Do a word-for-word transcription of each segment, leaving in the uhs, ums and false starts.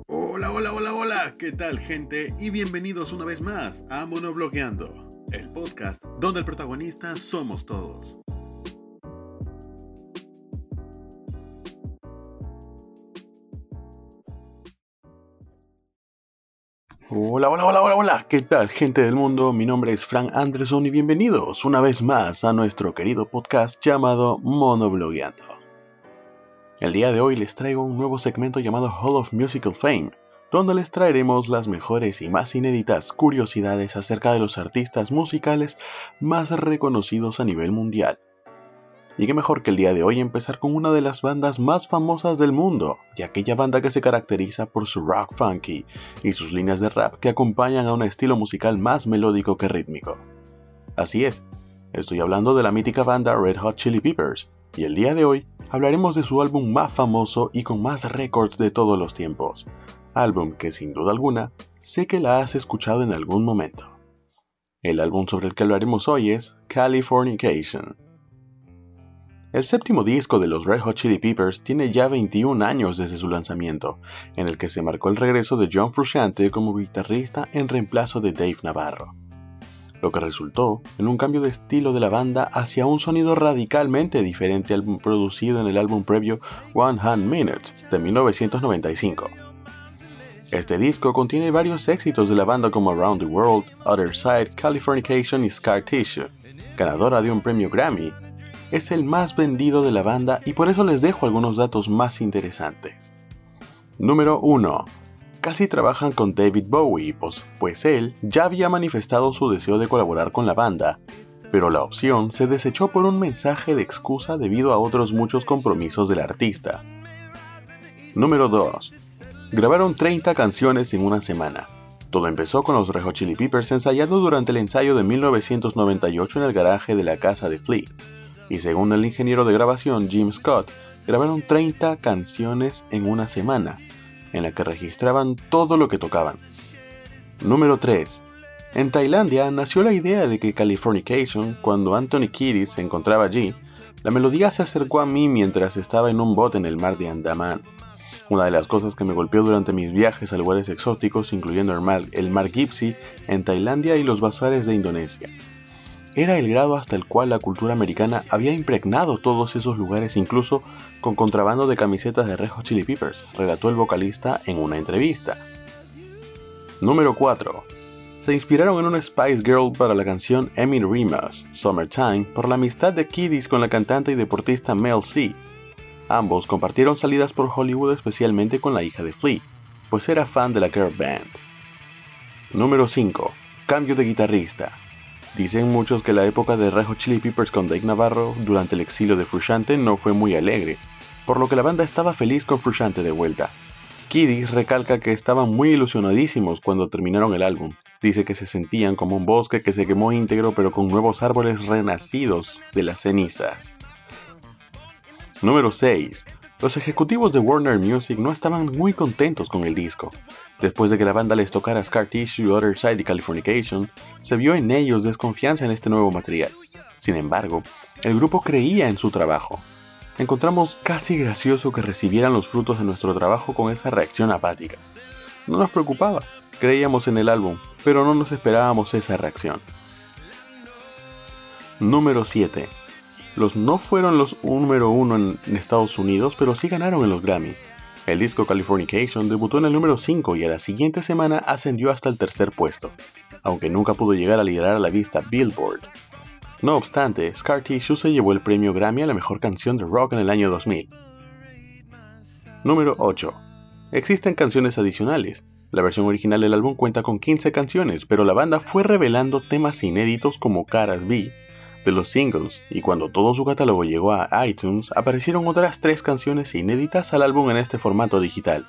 Hola, hola, hola, hola, ¿qué tal, gente? Y bienvenidos una vez más a Monoblogueando, el podcast donde el protagonista somos todos. Hola, hola, hola, hola, hola, ¿qué tal, gente del mundo? Mi nombre es Frank Anderson y bienvenidos una vez más a nuestro querido podcast llamado Monoblogueando. El día de hoy les traigo un nuevo segmento llamado Hall of Musical Fame, donde les traeremos las mejores y más inéditas curiosidades acerca de los artistas musicales más reconocidos a nivel mundial. Y qué mejor que el día de hoy empezar con una de las bandas más famosas del mundo, y aquella banda que se caracteriza por su rock funky y sus líneas de rap que acompañan a un estilo musical más melódico que rítmico. Así es, estoy hablando de la mítica banda Red Hot Chili Peppers, y el día de hoy hablaremos de su álbum más famoso y con más récords de todos los tiempos, álbum que sin duda alguna sé que la has escuchado en algún momento. El álbum sobre el que hablaremos hoy es Californication. El séptimo disco de los Red Hot Chili Peppers tiene ya veintiún años desde su lanzamiento, en el que se marcó el regreso de John Frusciante como guitarrista en reemplazo de Dave Navarro, lo que resultó en un cambio de estilo de la banda hacia un sonido radicalmente diferente al producido en el álbum previo One Hundred Minutes de mil novecientos noventa y cinco. Este disco contiene varios éxitos de la banda como Around the World, Other Side, Californication y Scar Tissue, ganadora de un premio Grammy. Es el más vendido de la banda y por eso les dejo algunos datos más interesantes. Número uno. Casi trabajan con David Bowie, pues, pues él ya había manifestado su deseo de colaborar con la banda, pero la opción se desechó por un mensaje de excusa debido a otros muchos compromisos del artista. Número dos. Grabaron treinta canciones en una semana. Todo empezó con los Red Hot Chili Peppers ensayando durante el ensayo de mil novecientos noventa y ocho en el garaje de la casa de Flea. Y según el ingeniero de grabación Jim Scott, grabaron treinta canciones en una semana, en la que registraban todo lo que tocaban. Número tres. En Tailandia nació la idea de que Californication, cuando Anthony Kiedis se encontraba allí, la melodía se acercó a mí mientras estaba en un bote en el mar de Andaman. Una de las cosas que me golpeó durante mis viajes a lugares exóticos, incluyendo el mar, el mar Gipsy en Tailandia y los bazares de Indonesia. Era el grado hasta el cual la cultura americana había impregnado todos esos lugares, incluso con contrabando de camisetas de Red Hot Chili Peppers, relató el vocalista en una entrevista. Número cuatro. Se inspiraron en una Spice Girl para la canción Amy Remus, Summertime, por la amistad de Kiedis con la cantante y deportista Mel C. Ambos compartieron salidas por Hollywood, especialmente con la hija de Flea, pues era fan de la girl band. Número cinco. Cambio de guitarrista. Dicen muchos que la época de Red Hot Chili Peppers con Dave Navarro durante el exilio de Frusciante no fue muy alegre, por lo que la banda estaba feliz con Frusciante de vuelta. Kiedis recalca que estaban muy ilusionadísimos cuando terminaron el álbum. Dice que se sentían como un bosque que se quemó íntegro pero con nuevos árboles renacidos de las cenizas. Número seis. Los ejecutivos de Warner Music no estaban muy contentos con el disco. Después de que la banda les tocara Scar Tissue, Other Side y Californication, se vio en ellos desconfianza en este nuevo material. Sin embargo, el grupo creía en su trabajo. Encontramos casi gracioso que recibieran los frutos de nuestro trabajo con esa reacción apática. No nos preocupaba, creíamos en el álbum, pero no nos esperábamos esa reacción. Número siete. Los no fueron los número uno en Estados Unidos, pero sí ganaron en los Grammy. El disco Californication debutó en el número cinco y a la siguiente semana ascendió hasta el tercer puesto, aunque nunca pudo llegar a liderar a la lista Billboard. No obstante, Scar Tissue se llevó el premio Grammy a la mejor canción de rock en el año dos mil. Número ocho. Existen canciones adicionales. La versión original del álbum cuenta con quince canciones, pero la banda fue revelando temas inéditos como Caras B de los singles, y cuando todo su catálogo llegó a iTunes, aparecieron otras tres canciones inéditas al álbum en este formato digital.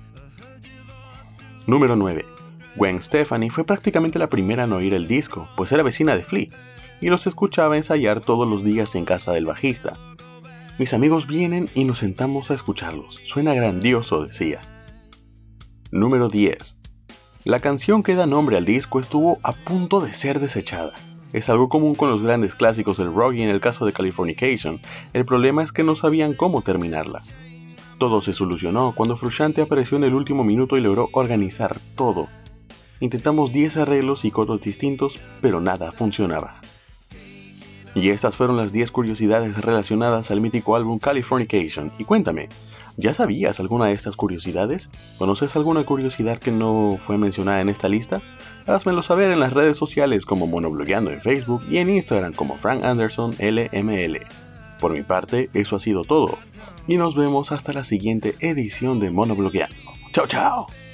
Número nueve. Gwen Stefani fue prácticamente la primera en oír el disco, pues era vecina de Flea, y los escuchaba ensayar todos los días en casa del bajista. Mis amigos vienen y nos sentamos a escucharlos, suena grandioso, decía. Número diez. La canción que da nombre al disco estuvo a punto de ser desechada. Es algo común con los grandes clásicos del rock y en el caso de Californication, el problema es que no sabían cómo terminarla. Todo se solucionó cuando Frusciante apareció en el último minuto y logró organizar todo. Intentamos diez arreglos y coros distintos, pero nada funcionaba. Y estas fueron las diez curiosidades relacionadas al mítico álbum Californication. Y cuéntame, ¿ya sabías alguna de estas curiosidades? ¿Conoces alguna curiosidad que no fue mencionada en esta lista? Házmelo saber en las redes sociales como Monoblogueando en Facebook y en Instagram como Frank Anderson L M L. Por mi parte, eso ha sido todo. Y nos vemos hasta la siguiente edición de Monoblogueando. ¡Chao, chao!